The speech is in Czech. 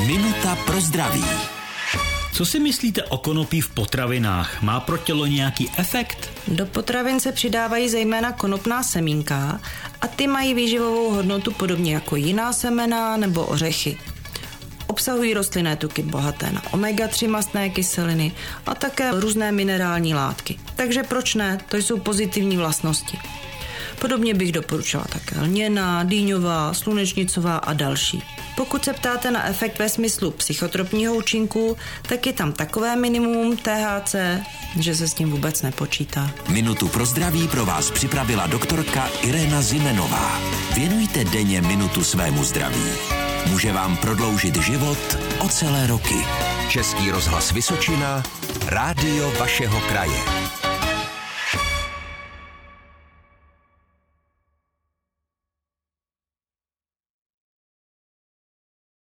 Minuta pro zdraví. Co si myslíte o konopí v potravinách? Má pro tělo nějaký efekt? Do potravin se přidávají zejména konopná semínka a ty mají výživovou hodnotu podobně jako jiná semena nebo ořechy. Obsahují rostlinné tuky bohaté na omega-3 mastné kyseliny a také různé minerální látky. Takže proč ne? To jsou pozitivní vlastnosti. Podobně bych doporučila také lněná, dýňová, slunečnicová a další. Pokud se ptáte na efekt ve smyslu psychotropního účinku, tak je tam takové minimum THC, že se s tím vůbec nepočítá. Minutu pro zdraví pro vás připravila doktorka Irena Zimenová. Věnujte denně minutu svému zdraví. Může vám prodloužit život o celé roky. Český rozhlas Vysočina, rádio vašeho kraje.